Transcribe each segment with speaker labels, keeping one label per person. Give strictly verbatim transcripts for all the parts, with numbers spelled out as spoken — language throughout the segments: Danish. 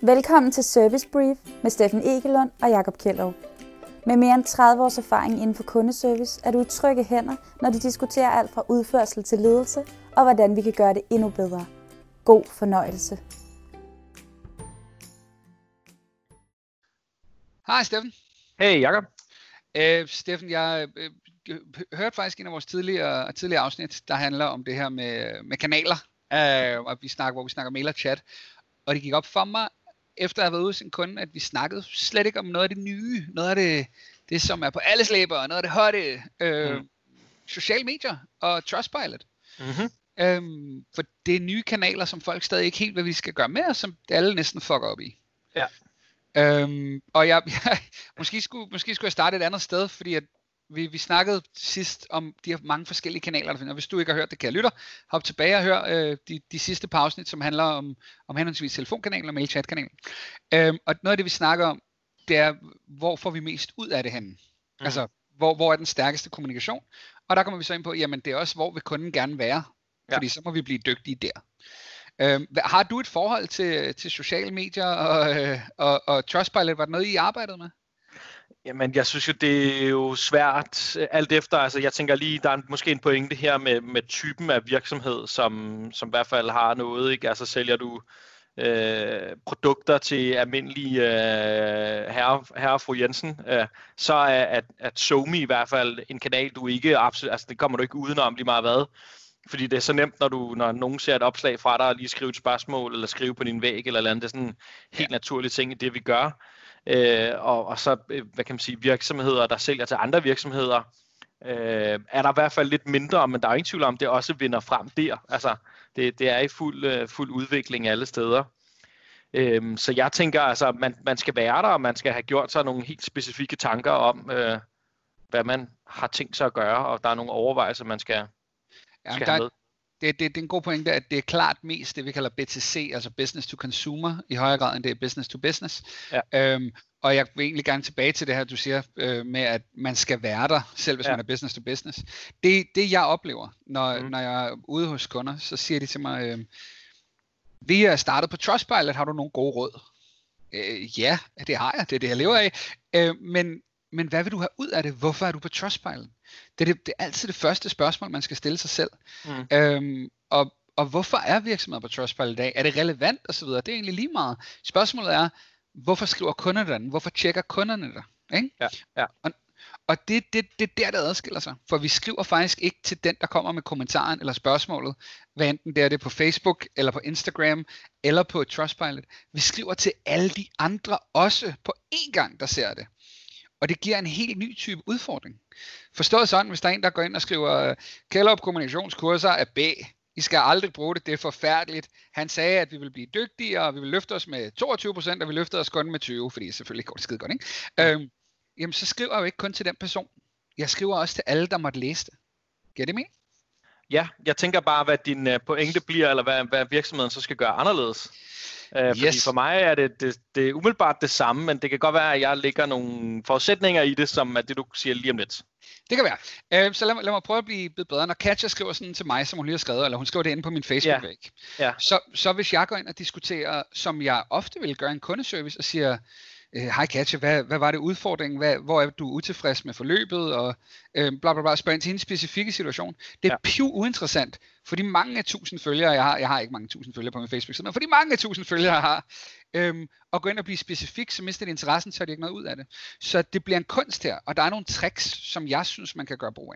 Speaker 1: Velkommen til Service Brief med Steffen Egelund og Jakob Kjellerup. Med mere end tredive års erfaring inden for kundeservice er du i trygge hænder, når de diskuterer alt fra udførsel til ledelse og hvordan vi kan gøre det endnu bedre. God fornøjelse.
Speaker 2: Hej Steffen.
Speaker 3: Hey Jakob.
Speaker 2: Øh, Steffen, jeg øh, hørte faktisk en af vores tidligere, tidligere afsnit, der handler om det her med, med kanaler, øh, og vi snakker, hvor vi snakker mail og chat. Og det gik op for mig, efter at have været ude hos en kunde, at vi snakkede slet ikke om noget af det nye, noget af det, det som er på alles læber, noget af det hotte, øh, mm. sociale medier og Trustpilot. Mm-hmm. Øhm, for det er nye kanaler, som folk stadig ikke helt, hvad vi skal gøre med, og som alle næsten fucker op i.
Speaker 3: Ja.
Speaker 2: Øhm, og jeg, jeg måske, skulle, måske skulle jeg starte et andet sted, fordi at vi, vi snakkede sidst om de her mange forskellige kanaler, der findes. Og hvis du ikke har hørt det, kan jeg lytte. Hop tilbage og hør øh, de, de sidste par afsnit, som handler om, om henholdsvis telefonkanalen og mail-chat-kanalen. Øhm, og noget af det, vi snakker om, det er, hvor får vi mest ud af det henne? Mm. Altså, hvor, hvor er den stærkeste kommunikation? Og der kommer vi så ind på, jamen det er også, hvor vil kunden gerne være? Ja. Fordi så må vi blive dygtige der. Øhm, har du et forhold til, til sociale medier og, øh, og, og Trustpilot? Var det noget, I arbejdede med?
Speaker 3: Jamen, jeg synes jo, det er jo svært alt efter. Altså, jeg tænker lige, der er måske en pointe her med, med typen af virksomhed, som, som i hvert fald har noget, ikke? Altså, sælger du øh, produkter til almindelige øh, herre, herre og fru Jensen, øh, så er at, at SoMe i hvert fald en kanal, du ikke absolut, altså det kommer du ikke udenom lige meget hvad. Fordi det er så nemt, når du når nogen ser et opslag fra dig, og lige skrive et spørgsmål, eller skrive på din væg, eller eller andet. Det er sådan en helt ja. naturlig ting i det, vi gør. Øh, og, og så, hvad kan man sige, virksomheder, der sælger til andre virksomheder, øh, er der i hvert fald lidt mindre, men der er ingen tvivl om, det også vinder frem der. Altså, det, det er i fuld, fuld udvikling alle steder. Øh, så jeg tænker, altså, man, man skal være der, og man skal have gjort sig nogle helt specifikke tanker om, øh, hvad man har tænkt sig at gøre, og der er nogle overvejelser, man skal,
Speaker 2: ja,
Speaker 3: skal
Speaker 2: der,
Speaker 3: have med.
Speaker 2: Det, det, det er en god pointe, at det er klart mest det, vi kalder B to C, altså business to consumer, i højere grad end det er business to business. Ja. Øhm, og jeg vil egentlig gerne tilbage til det her, du siger, øh, med at man skal være der, selv hvis ja. man er business to business. Det, det jeg oplever, når, mm. når jeg er ude hos kunder, så siger de til mig, øh, vi er startet på Trustpilot, har du nogle gode råd? Øh, ja, det har jeg, det er det, jeg lever af. Øh, men Men hvad vil du have ud af det? Hvorfor er du på Trustpilot? Det er, det, det er altid det første spørgsmål, man skal stille sig selv. Mm. Øhm, og, og hvorfor er virksomheder på Trustpilot i dag? Er det relevant osv.? Det er egentlig lige meget. Spørgsmålet er, hvorfor skriver kunderne den? Hvorfor tjekker kunderne der? Ikke?
Speaker 3: Ja, ja.
Speaker 2: Og, og det er det, det der, der adskiller sig. For vi skriver faktisk ikke til den, der kommer med kommentaren eller spørgsmålet, hvad enten det er det på Facebook, eller på Instagram, eller på Trustpilot. Vi skriver til alle de andre også på én gang, der ser det. Og det giver en helt ny type udfordring. Forstået sådan, hvis der er en, der går ind og skriver, Kjellerup kommunikationskurser er B. I skal aldrig bruge det, det er forfærdeligt. Han sagde, at vi vil blive dygtigere, og vi vil løfte os med toogtyve procent, og vi løfter os kun med tyve, fordi selvfølgelig går det skide godt, ikke? Øhm, jamen, så skriver jeg jo ikke kun til den person. Jeg skriver også til alle, der måtte læse det. Giver det mening?
Speaker 3: Ja, jeg tænker bare, hvad din pointe bliver, eller hvad, hvad virksomheden så skal gøre anderledes. Uh, fordi yes. For mig er det, det, det er umiddelbart det samme, men det kan godt være, at jeg lægger nogle forudsætninger i det, som er det, du siger lige om lidt.
Speaker 2: Det kan være. Uh, så lad, lad mig prøve at blive bedre. Når Katja skriver sådan til mig, som hun lige har skrevet, eller hun skriver det inde på min Facebook-væg, ja. Ja. Så, så hvis jeg går ind og diskuterer, som jeg ofte vil gøre en kundeservice, og siger, hej Katja, hvad, hvad var det udfordringen? Hvad, hvor er du utilfreds med forløbet? Og øh, bla bla bla, spørg ind til en specifikke situation. Det er ja. piv uinteressant, for de mange af tusind følgere, jeg har, jeg har ikke mange tusind følgere på min Facebook-side, men for de mange af tusind følgere, jeg har, øhm, og gå ind og blive specifik, så mister de interessen, så har de ikke noget ud af det. Så det bliver en kunst her, og der er nogle tricks, som jeg synes, man kan gøre brug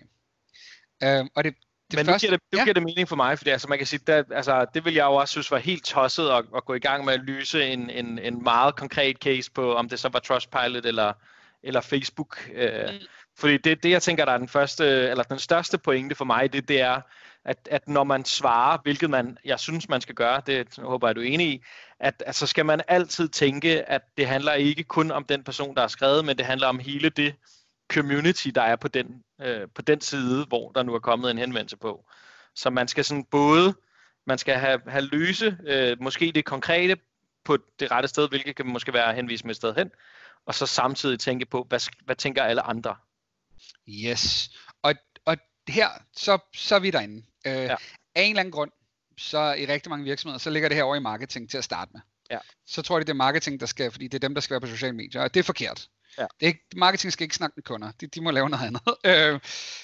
Speaker 2: af. Øhm, og det Det
Speaker 3: Men første, nu giver det, nu ja. giver det mening for mig, fordi altså, man kan sige, der, altså, det vil jeg jo også synes var helt tosset at, at gå i gang med at lyse en, en, en meget konkret case på, om det så var Trustpilot eller, eller Facebook. Øh, mm. Fordi det, det, jeg tænker, der er den, første, eller den største pointe for mig, det, det er, at, at når man svarer, hvilket man, jeg synes, man skal gøre, det håber jeg, du er enig i, at, at så skal man altid tænke, at det handler ikke kun om den person, der har skrevet, men det handler om hele det community, der er på den, øh, på den side, hvor der nu er kommet en henvendelse på. Så man skal sådan både, man skal have, have løse, øh, måske det konkrete på det rette sted, hvilket kan måske være henvist med et sted hen, og så samtidig tænke på, hvad, hvad tænker alle andre?
Speaker 2: Yes. Og, og her, så, så er vi derinde. Øh, ja. Af en eller anden grund, så i rigtig mange virksomheder, så ligger det her over i marketing til at starte med.
Speaker 3: Ja.
Speaker 2: Så tror de, det er marketing, der skal, fordi det er dem, der skal være på sociale medier, og det er forkert.
Speaker 3: Ja.
Speaker 2: Det er ikke, marketing skal ikke snakke med kunder, de, de må lave noget andet. Øh,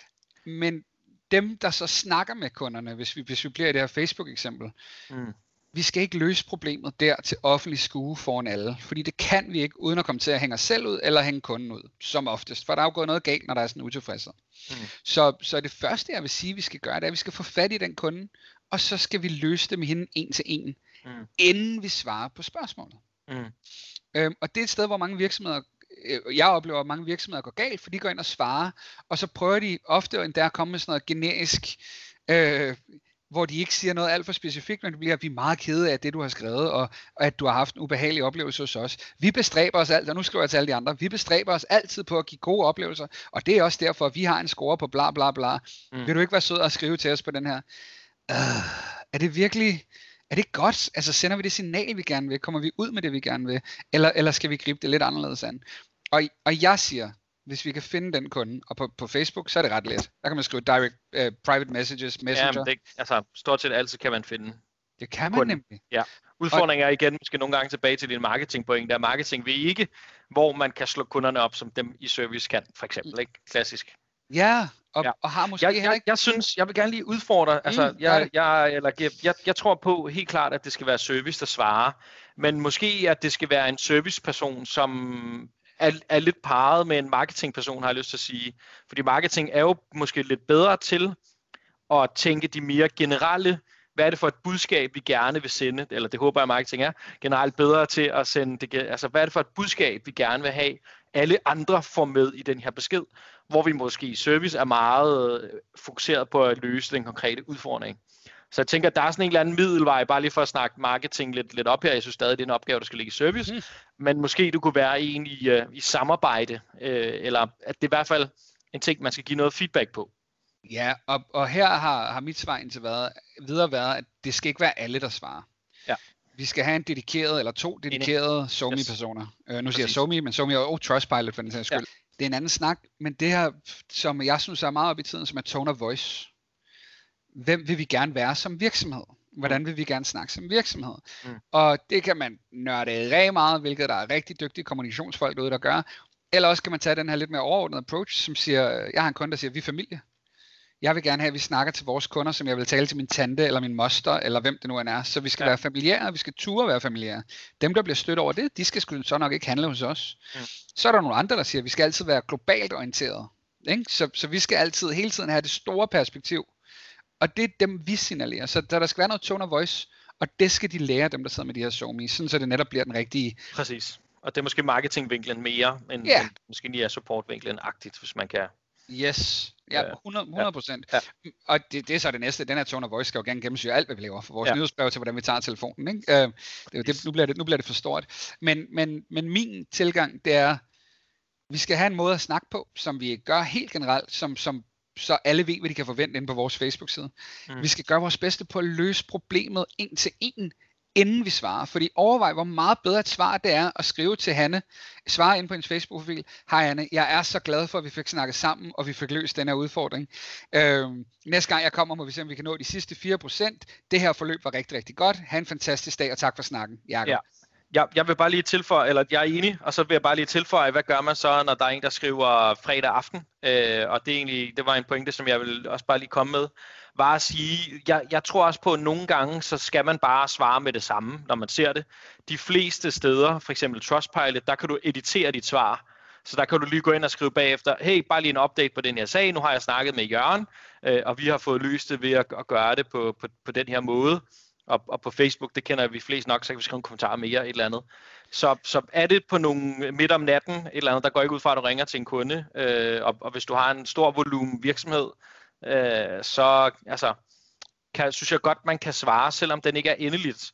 Speaker 2: men dem, der så snakker med kunderne, hvis vi, hvis vi bliver i det her Facebook-eksempel, mm. vi skal ikke løse problemet der til offentlig skue foran alle, fordi det kan vi ikke, uden at komme til at hænge os selv ud, eller hænge kunden ud, som oftest, for der er jo gået noget galt, når der er sådan en utilfredshed. Mm. Så, så det første, jeg vil sige, vi skal gøre, det er, at vi skal få fat i den kunde, og så skal vi løse det med hende en til en, mm. inden vi svarer på spørgsmålet. Mm. Øhm, og det er et sted, hvor mange virksomheder, øh, jeg oplever, at mange virksomheder går galt, for de går ind og svarer, og så prøver de ofte endda at komme med sådan noget generisk, øh, hvor de ikke siger noget alt for specifikt, men det bliver, at vi er meget kede af det, du har skrevet, og, og at du har haft en ubehagelig oplevelse hos os. Vi bestræber os altid, og nu skriver jeg til alle de andre, vi bestræber os altid på at give gode oplevelser, og det er også derfor, at vi har en score på bla bla bla. Mm. Vil du ikke være sød at skrive til os på den her? Uh, er det virkelig, er det godt? Altså sender vi det signal, vi gerne vil? Kommer vi ud med det, vi gerne vil? Eller, eller skal vi gribe det lidt anderledes an? Og, og jeg siger, hvis vi kan finde den kunde, og på, på Facebook, så er det ret let. Der kan man skrive direct, uh, private messages, messenger.
Speaker 3: Ja, det, altså stort set altid kan man finde.
Speaker 2: Det kan man kunden. Nemlig.
Speaker 3: Ja. Udfordringen er igen, måske nogle gange tilbage til din marketingpoint. Der er marketing ved ikke, hvor man kan slå kunderne op, som dem i service kan, for eksempel. Ikke? Klassisk.
Speaker 2: Ja, og, ja. og har måske
Speaker 3: jeg, jeg,
Speaker 2: ikke...
Speaker 3: jeg synes, jeg vil gerne lige udfordre, mm, altså, jeg, jeg, eller, jeg, jeg tror på helt klart, at det skal være service, der svarer, men måske, at det skal være en serviceperson, som er, er lidt parret med en marketingperson, har jeg lyst til at sige. Fordi marketing er jo måske lidt bedre til at tænke de mere generelle, hvad er det for et budskab, vi gerne vil sende, eller det håber jeg, marketing er, generelt bedre til at sende det, altså hvad er det for et budskab, vi gerne vil have, alle andre får med i den her besked, hvor vi måske i service er meget fokuseret på at løse den konkrete udfordring. Så jeg tænker, at der er sådan en eller anden middelvej, bare lige for at snakke marketing lidt, lidt op her. Jeg synes stadig, det er en opgave, der skal ligge i service. Mm. Men måske du kunne være en i, uh, i samarbejde, øh, eller at det er i hvert fald en ting, man skal give noget feedback på.
Speaker 2: Ja, og, og her har, har mit svar indtil været, videre været, at det skal ikke være alle, der svarer. Ja. Vi skal have en dedikeret, eller to dedikerede SoMe-personer. Yes. Uh, nu siger jeg SoMe, men SoMe er jo Trustpilot for den sags skyld. Ja. Det er en anden snak, men det her, som jeg synes er meget op i tiden, som er tone of voice. Hvem vil vi gerne være som virksomhed? Hvordan vil vi gerne snakke som virksomhed? Mm. Og det kan man nørde rigtig meget, hvilket der er rigtig dygtige kommunikationsfolk derude, der gør. Eller også kan man tage den her lidt mere overordnede approach, som siger, jeg har en kunde, der siger, vi er familie. Jeg vil gerne have, at vi snakker til vores kunder, som jeg vil tale til min tante, eller min moster, eller hvem det nu end er. Så vi skal ja. være familiære, vi skal ture være familiære. Dem, der bliver stødt over det, de skal så nok ikke handle hos os. Mm. Så er der nogle andre, der siger, at vi skal altid være globalt orienteret. Ikke? Så, så vi skal altid hele tiden have det store perspektiv. Og det er dem, vi signalerer. Så der, der skal være noget tone of voice, og det skal de lære, dem der sidder med de her SoMe, sådan så det netop bliver den rigtige.
Speaker 3: Præcis. Og det er måske marketingvinklen mere, end, yeah. end måske lige er supportvinklen-agtigt, hvis man kan.
Speaker 2: Yes, ja, hundrede procent. Ja. Og det, det er så det næste. Den her tone of voice skal jo gerne gennemsyre alt, hvad vi laver. For vores ja. nyhedsbrev til, hvordan vi tager telefonen. Ikke? Uh, det, det, nu, bliver det, nu bliver det for stort. Men, men, men min tilgang, det er, vi skal have en måde at snakke på, som vi gør helt generelt, som, som så alle ved, hvad de kan forvente inde på vores Facebook-side. Mm. Vi skal gøre vores bedste på at løse problemet en til en, inden vi svarer. Fordi overvej, hvor meget bedre et svar det er at skrive til Hanne, svare ind på hendes Facebook-profil, hej Hanne, jeg er så glad for, at vi fik snakket sammen, og vi fik løst den her udfordring. Øhm, næste gang jeg kommer, må vi se, om vi kan nå de sidste fire procent. Det her forløb var rigtig, rigtig godt. Ha' en fantastisk dag, og tak for snakken, Jakob. Ja.
Speaker 3: Jeg, jeg vil bare lige tilføje, eller jeg er enig, og så vil jeg bare lige tilføje, hvad gør man så, når der er en, der skriver fredag aften, øh, og det er egentlig, det var en pointe, som jeg vil også bare lige komme med, var at sige, jeg, jeg tror også på, at nogle gange, så skal man bare svare med det samme, når man ser det. De fleste steder, for eksempel Trustpilot, der kan du editere dit svar, så der kan du lige gå ind og skrive bagefter, hey, bare lige en update på den her sag, nu har jeg snakket med Jørgen, øh, og vi har fået løst det ved at, at gøre det på, på, på den her måde. Og, og på Facebook, det kender vi flest nok, så kan vi skrive en kommentar mere, et eller andet. Så, så er det på nogle midt om natten, et eller andet, der går ikke ud fra, at du ringer til en kunde, øh, og, og hvis du har en stor volumen virksomhed, øh, så altså, kan, synes jeg godt, man kan svare, selvom den ikke er endeligt,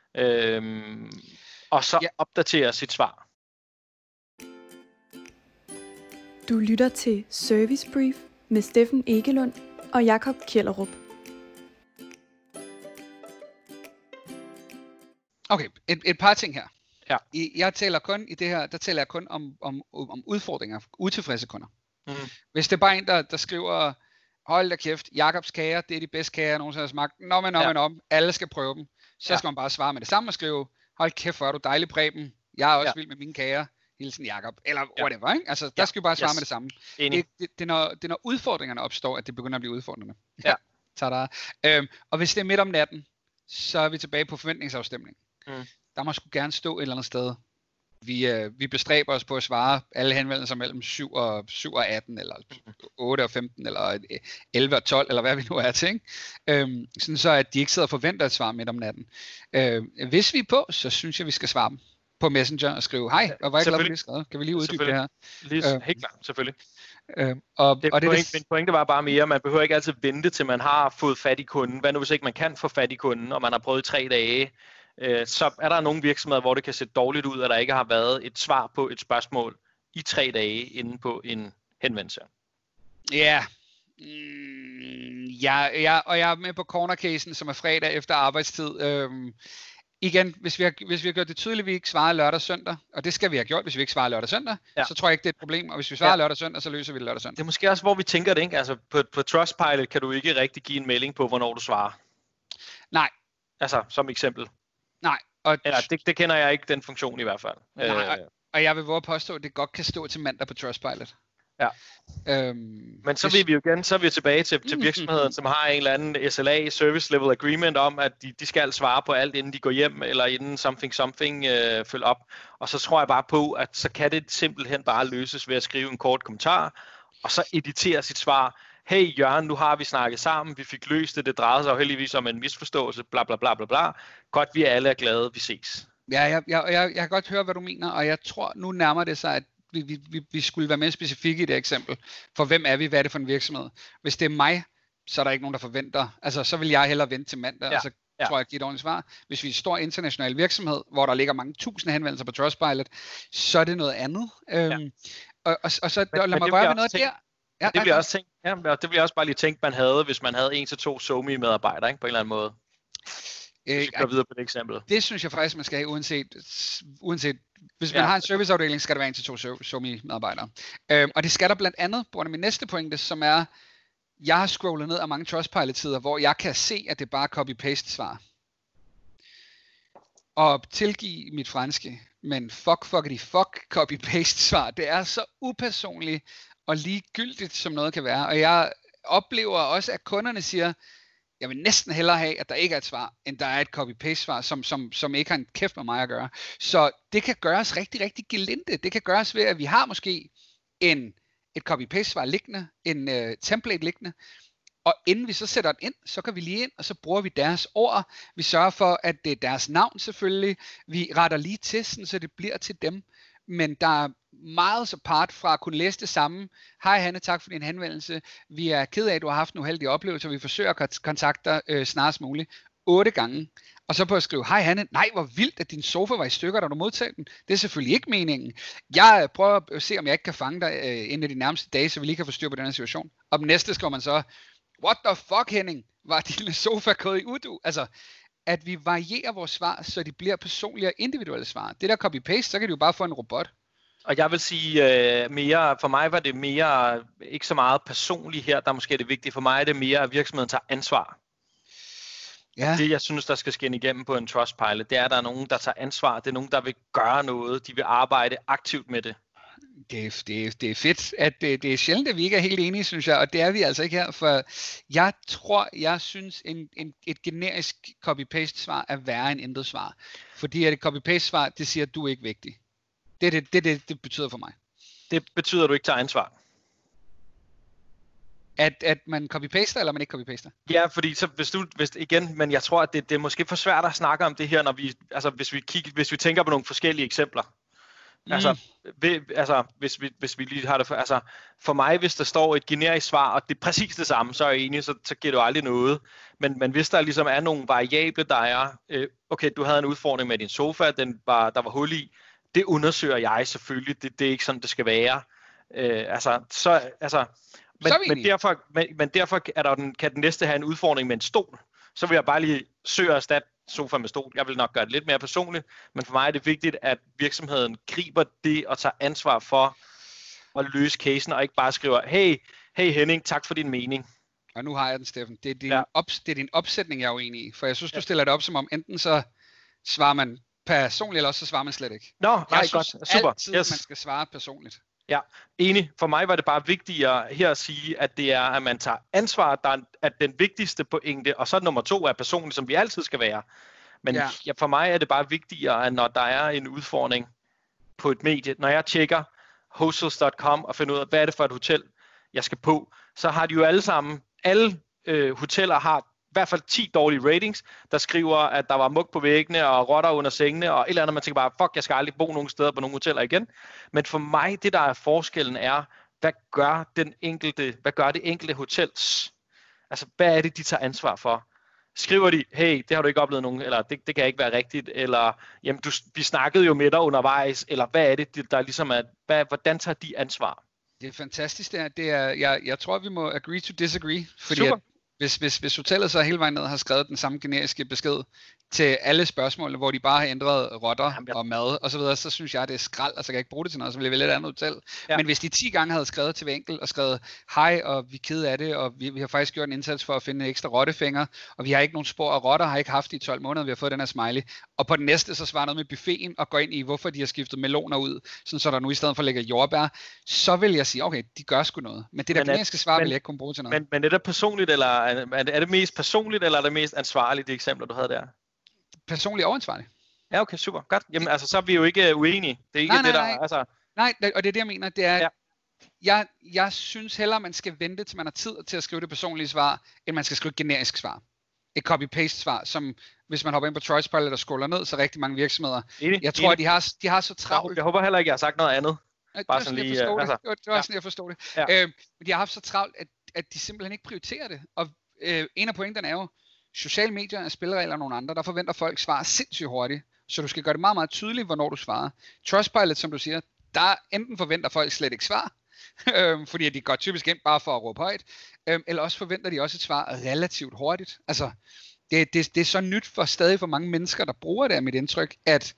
Speaker 3: øh, og så ja. opdatere sit svar.
Speaker 4: Du lytter til Service Brief med Steffen Egelund og Jakob Kjellerup.
Speaker 2: Okay, et, et par ting her. Ja. I, jeg taler kun i det her, der taler jeg kun om, om, om udfordringer, utilfredse kunder. Mm. Hvis det er bare en, der, der skriver, hold da kæft, Jakobs kager, det er de bedste kager, jeg nogensinde har smagt, nå men om ja. og om, alle skal prøve dem, så ja. skal man bare svare med det samme og skrive, hold kæft, hvor er du dejlig, Preben. Jeg er også
Speaker 3: ja.
Speaker 2: vild med mine kager. Hilsen Jakob, eller whatever, ja. ikke? Altså, der ja. skal vi bare svare yes. med det samme. Det, det, det, når, det er når udfordringerne opstår, at det begynder at blive udfordrende.
Speaker 3: Ja.
Speaker 2: Tada. Øhm, og hvis det er midt om natten, så er vi tilbage på forventningsafstemning. Mm. Der må sgu gerne stå et eller andet sted. Vi, øh, vi bestræber os på at svare alle henvendelser mellem syv og, syv og atten, eller otte og femten, eller elleve og tolv, eller hvad vi nu er til. Ikke? Øhm, sådan så, at de ikke sidder og forventer et svar midt om natten. Øhm, hvis vi er på, så synes jeg, vi skal svare dem på Messenger og skrive, hej, og hvor er jeg glad for, det skrevet. Kan vi lige uddybe det her?
Speaker 3: Lige, helt klart, selvfølgelig.
Speaker 2: Øh, og,
Speaker 3: det,
Speaker 2: og det,
Speaker 3: point, min pointe var bare mere, man behøver ikke altid vente, til man har fået fat i kunden. Hvad nu, hvis ikke man kan få fat i kunden, og man har prøvet i tre dage? Øh, så er der nogle virksomheder, hvor det kan se dårligt ud, at der ikke har været et svar på et spørgsmål i tre dage inde på en henvendelse.
Speaker 2: Ja, mm, ja, ja, og jeg er med på cornercasen, som er fredag efter arbejdstid. Øhm, Igen, hvis vi, har, hvis vi har gjort det tydeligt, at vi ikke svarer lørdag og søndag, og det skal vi have gjort, hvis vi ikke svarer lørdag og søndag, ja. så tror jeg ikke, det er et problem. Og hvis vi svarer ja. lørdag og søndag, så løser vi det lørdag og søndag.
Speaker 3: Det er måske også, hvor vi tænker det, ikke? Altså, på, på Trustpilot kan du ikke rigtig give en melding på, hvornår du svarer.
Speaker 2: Nej.
Speaker 3: Altså, som eksempel.
Speaker 2: Nej. Og
Speaker 3: Eller, det, det kender jeg ikke, den funktion i hvert fald.
Speaker 2: Nej, og, og jeg vil våge påstå, at det godt kan stå til mandag på Trustpilot.
Speaker 3: Ja.
Speaker 2: Øhm,
Speaker 3: Men så vil vi jo igen, så er vi tilbage til, til virksomheden, som har en eller anden S L A, Service Level Agreement, om at de, de skal svare på alt, inden de går hjem, eller inden something something øh, følger op. Og så tror jeg bare på, at så kan det simpelthen bare løses ved at skrive en kort kommentar, og så editere sit svar. Hey Jørgen, nu har vi snakket sammen, vi fik løst det, det drejede sig jo heldigvis om en misforståelse, bla bla bla bla bla. Godt, vi alle er glade, vi ses.
Speaker 2: Ja, jeg, jeg, jeg, jeg kan godt høre, hvad du mener, og jeg tror, nu nærmer det sig, at Vi, vi, vi skulle være mere specifikke i det eksempel. For hvem er vi? Hvad er det for en virksomhed? Hvis det er mig, så er der ikke nogen, der forventer. Altså, så vil jeg hellere vente til mandag, ja, og så ja. tror jeg, jeg giver et ordentligt svar. Hvis vi er en stor international virksomhed, hvor der ligger mange tusind henvendelser på Trustpilot, så er det noget andet. Ja. Øhm, og, og, og så
Speaker 3: men,
Speaker 2: lad mig røre ved noget
Speaker 3: tænkt,
Speaker 2: der. Ja,
Speaker 3: det bliver også tænkt, ja, det bliver også bare lige tænkt, man havde, hvis man havde en til to SoMe-medarbejdere, ikke, på en eller anden måde. Hvis vi går videre på det eksempel.
Speaker 2: Det synes jeg faktisk, man skal have, uanset, uanset hvis man
Speaker 3: ja.
Speaker 2: har en serviceafdeling, skal der være en til to SoMe-medarbejdere. Øhm, og det skal der blandt andet, på grund af min næste pointe, som er, jeg har scrollet ned af mange Trustpilot-tider, hvor jeg kan se, at det bare er copy-paste-svar. Og tilgive mit franske, men fuck, fuckity, fuck copy-paste-svar. Det er så upersonligt og ligegyldigt, som noget kan være. Og jeg oplever også, at kunderne siger, jeg vil næsten hellere have, at der ikke er et svar, end der er et copy-paste-svar, som, som, som ikke har en kæft med mig at gøre. Så det kan gøres rigtig, rigtig gelinde. Det kan gøres ved, at vi har måske en, et copy-paste-svar liggende, en uh, template liggende, og inden vi så sætter den ind, så kan vi lige ind, og så bruger vi deres ord. Vi sørger for, at det er deres navn selvfølgelig. Vi retter lige til, sådan, så det bliver til dem. Men der er meget så part fra at kunne læse det samme. Hej Hanne, tak for din henvendelse. Vi er ked af, at du har haft en uheldig oplevelse, og vi forsøger at kontakte dig øh, snarest muligt. Otte gange. Og så på at skrive, hej Hanne, nej hvor vildt, at din sofa var i stykker, da du modtog den. Det er selvfølgelig ikke meningen. Jeg prøver at se, om jeg ikke kan fange dig øh, inden af de nærmeste dage, så vi lige kan få styr på den her situation. Og den næste skriver man så, what the fuck Henning, var din sofa gået i udu? Altså, at vi varierer vores svar, så de bliver personlige og individuelle svar. Det der copy-paste, så kan de jo bare få en robot.
Speaker 3: Og jeg vil sige øh, mere, for mig var det mere, ikke så meget personligt her, der måske er det vigtige. For mig er det mere, at virksomheden tager ansvar. Ja. Det jeg synes, der skal skinne igennem på en Trustpilot, det er, at der er nogen, der tager ansvar. Det er nogen, der vil gøre noget. De vil arbejde aktivt med det.
Speaker 2: Det er, det, er, det er fedt, at det, det er sjældent, at vi ikke er helt enige, synes jeg, og det er vi altså ikke her, for jeg tror, jeg synes, en, en, et generisk copy-paste-svar er værre end intet svar, fordi at et copy-paste-svar, det siger, at du er ikke vigtig. Det er det, det, det, det betyder for mig.
Speaker 3: Det betyder, at du ikke tager ansvar.
Speaker 2: At, at man copy-paster, eller man ikke copy-paster?
Speaker 3: Ja, fordi så hvis du, hvis, igen, men jeg tror, at det, det er måske for svært at snakke om det her, når vi, altså hvis vi, kigger, hvis vi tænker på nogle forskellige eksempler. Mm. Altså, ved, altså hvis, vi, hvis vi lige har det for, altså for mig, hvis der står et generisk svar, og det er præcis det samme, så er jeg enig, så, så giver det jo aldrig noget. Men, men hvis der ligesom er nogle variable, der er, øh, okay, du havde en udfordring med din sofa, den var, der var hul i, det undersøger jeg selvfølgelig, det, det er ikke sådan, det skal være. Øh, altså, så, altså, men, så men, derfor, men, men derfor er der den, kan den næste have en udfordring med en stol. Så vil jeg bare lige søge at erstatte sofa med stol. Jeg vil nok gøre det lidt mere personligt, men for mig er det vigtigt, at virksomheden griber det og tager ansvar for at løse casen, og ikke bare skriver, hey, hey Henning, tak for din mening.
Speaker 2: Og nu har jeg den, Steffen. Det er din, ja. ops, det er din opsætning, jeg er uenig i. For jeg synes, du stiller det op som om, enten så svarer man personligt, eller også så svarer man slet ikke.
Speaker 3: Nå, nej,
Speaker 2: jeg synes
Speaker 3: godt. Super.
Speaker 2: altid, yes. man skal svare personligt.
Speaker 3: Ja, enig. For mig var det bare vigtigere her at sige, at det er, at man tager ansvar, der er, at den vigtigste pointe, og så nummer to er personligt, som vi altid skal være. Men ja. Ja, for mig er det bare vigtigere, at når der er en udfordring på et medie, når jeg tjekker hostels punktum com og finder ud af, hvad er det for et hotel, jeg skal på, så har de jo alle sammen, alle øh, hoteller har i hvert fald ti dårlige ratings, der skriver, at der var mug på væggene og rotter under sengene og et eller andet, man tænker bare, fuck, jeg skal aldrig bo nogen steder på nogle hoteller igen. Men for mig, det der er forskellen er, hvad gør den enkelte, hvad gør det enkelte hotels? Altså, hvad er det, de tager ansvar for? Skriver de, hey, det har du ikke oplevet nogen, eller det, det kan ikke være rigtigt, eller jamen, du, vi snakkede jo med dig undervejs, eller hvad er det, der ligesom er, hvad, hvordan tager de ansvar?
Speaker 2: Det er fantastisk, det er, det er jeg, jeg tror, vi må agree to disagree, fordi
Speaker 3: Super.
Speaker 2: At, hvis, hvis, hvis hotellet så hele vejen ned har skrevet den samme generiske besked til alle spørgsmålene, hvor de bare har ændret rotter Jamen, ja. og mad og så videre, så synes jeg, det er skrald, og så kan jeg ikke bruge det til noget, så vil jeg vælge et andet hotel. Ja. Men hvis de ti gange havde skrevet til hver enkelt og skrevet, hej, og vi er ked af det, og vi, vi har faktisk gjort en indsats for at finde en ekstra rottefænger, og vi har ikke nogen spor af rotter, har ikke haft det i tolv måneder, vi har fået den her smiley, og på den næste så svarer noget med buffeten og går ind i, hvorfor de har skiftet meloner ud, sådan så der nu i stedet for ligger jordbær, så vil jeg sige, okay, de gør sgu noget. Men det der generiske svar
Speaker 3: men,
Speaker 2: vil jeg ikke kunne bruge til noget.
Speaker 3: Men, men er det personligt, eller er det, er det mest personligt, eller er det mest ansvarligt, det eksempler, du havde der?
Speaker 2: Personligt og ansvarligt.
Speaker 3: Ja, okay, super. Godt. Jamen, altså, så er vi jo ikke uenige. Det er ikke
Speaker 2: nej,
Speaker 3: det, der...
Speaker 2: Nej,
Speaker 3: altså...
Speaker 2: nej, og det er det, jeg mener. Det er,
Speaker 3: ja.
Speaker 2: jeg, jeg synes hellere, man skal vente, til man har tid til at skrive det personlige svar, end man skal skrive et generisk svar. Et copy-paste svar, som hvis man hopper ind på Trustpilot og scroller ned, så rigtig mange virksomheder.
Speaker 3: Enig,
Speaker 2: jeg tror,
Speaker 3: enig.
Speaker 2: at de har, de har så travlt.
Speaker 3: Jeg håber heller ikke, jeg har sagt noget andet.
Speaker 2: Det
Speaker 3: Bare
Speaker 2: var sådan,
Speaker 3: lige,
Speaker 2: jeg forstod
Speaker 3: altså,
Speaker 2: det. Det var sådan, jeg forstod det. Ja. Øhm, men de har haft så travlt, at, at de simpelthen ikke prioriterer det. Og øh, en af pointerne er jo, sociale medier er spilleregler nogle andre. Der forventer folk svar sindssygt hurtigt. Så du skal gøre det meget, meget tydeligt, hvornår du svarer. Trustpilot, som du siger, der enten forventer folk slet ikke svar, øhm, fordi de går typisk ind bare for at råbe højt, øhm, eller også forventer de også et svar relativt hurtigt. Altså, det, det, det er så nyt for stadig for mange mennesker, der bruger det, af mit indtryk, at,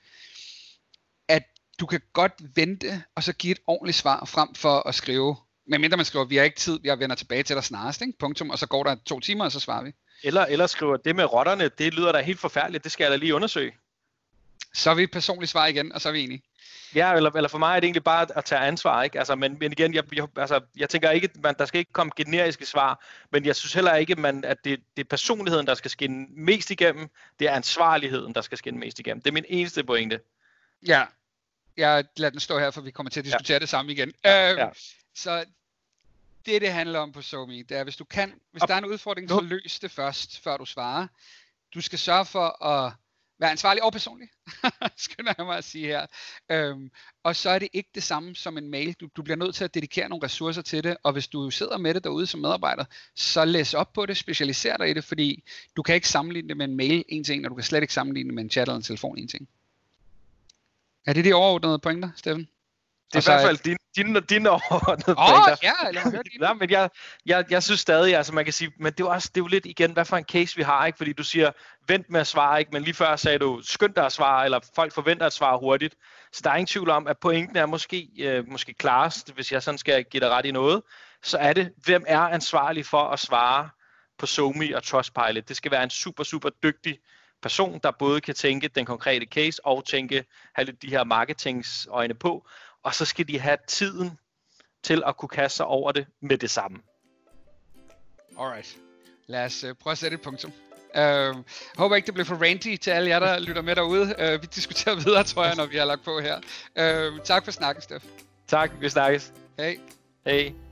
Speaker 2: at du kan godt vente, og så give et ordentligt svar, frem for at skrive, medmindre man skriver, vi har ikke tid, jeg vender tilbage til dig snarest, ikke? Punktum, og så går der to timer, og så svarer vi.
Speaker 3: Eller, eller skriver, det med rotterne, det lyder da helt forfærdeligt, det skal jeg da lige undersøge.
Speaker 2: Så er vi personligt svar igen, og så er vi enige.
Speaker 3: Ja, eller, eller for mig er det egentlig bare at tage ansvar, ikke? Altså, men, men igen, jeg, jeg, altså, jeg tænker ikke, man, der skal ikke komme generiske svar, men jeg synes heller ikke, man, at det, det er personligheden, der skal skinne mest igennem, det er ansvarligheden, der skal skinne mest igennem. Det er min eneste pointe.
Speaker 2: Ja, jeg lader den stå her, for vi kommer til at diskutere ja. det samme igen.
Speaker 3: Ja,
Speaker 2: øhm,
Speaker 3: ja.
Speaker 2: Så det, det handler om på SoMe, det er, hvis du kan, hvis der er en udfordring, så løs det først, før du svarer. Du skal sørge for at være ansvarlig og personlig, skynder jeg mig at sige her. Øhm, og så er det ikke det samme som en mail. Du, du bliver nødt til at dedikere nogle ressourcer til det, og hvis du sidder med det derude som medarbejder, så læs op på det, specialiser dig i det, fordi du kan ikke sammenligne det med en mail en til en, og du kan slet ikke sammenligne det med en chat eller en telefon en til en. Er det de overordnede pointer, Steffen?
Speaker 3: Det er i hvert fald dine din, din overordnede
Speaker 2: oh,
Speaker 3: pointer.
Speaker 2: Ja, lad mig høre dine.
Speaker 3: Ja, men jeg, jeg, jeg synes stadig, altså man kan sige, men det er jo også, det er jo lidt igen, hvad for en case vi har, ikke? Fordi du siger, vent med at svare, ikke? Men lige før sagde du, skynd dig at svare, eller folk forventer at svare hurtigt. Så der er ingen tvivl om, at pointen er måske, øh, måske klarest, hvis jeg sådan skal give dig ret i noget, så er det, hvem er ansvarlig for at svare på SoMe og Trustpilot. Det skal være en super, super dygtig person, der både kan tænke den konkrete case og tænke, have lidt de her marketingsøjne på, og så skal de have tiden til at kunne kaste sig over det med det samme.
Speaker 2: Alright. Lad os uh, prøve at sætte et punktum. Uh, jeg håber ikke, det bliver for ranty til alle jer, der lytter med derude. Uh, vi diskuterer videre, tror jeg, når vi har lagt på her. Uh, tak for snakken, Steff.
Speaker 3: Tak, vi snakkes.
Speaker 2: Hej.
Speaker 3: Hej.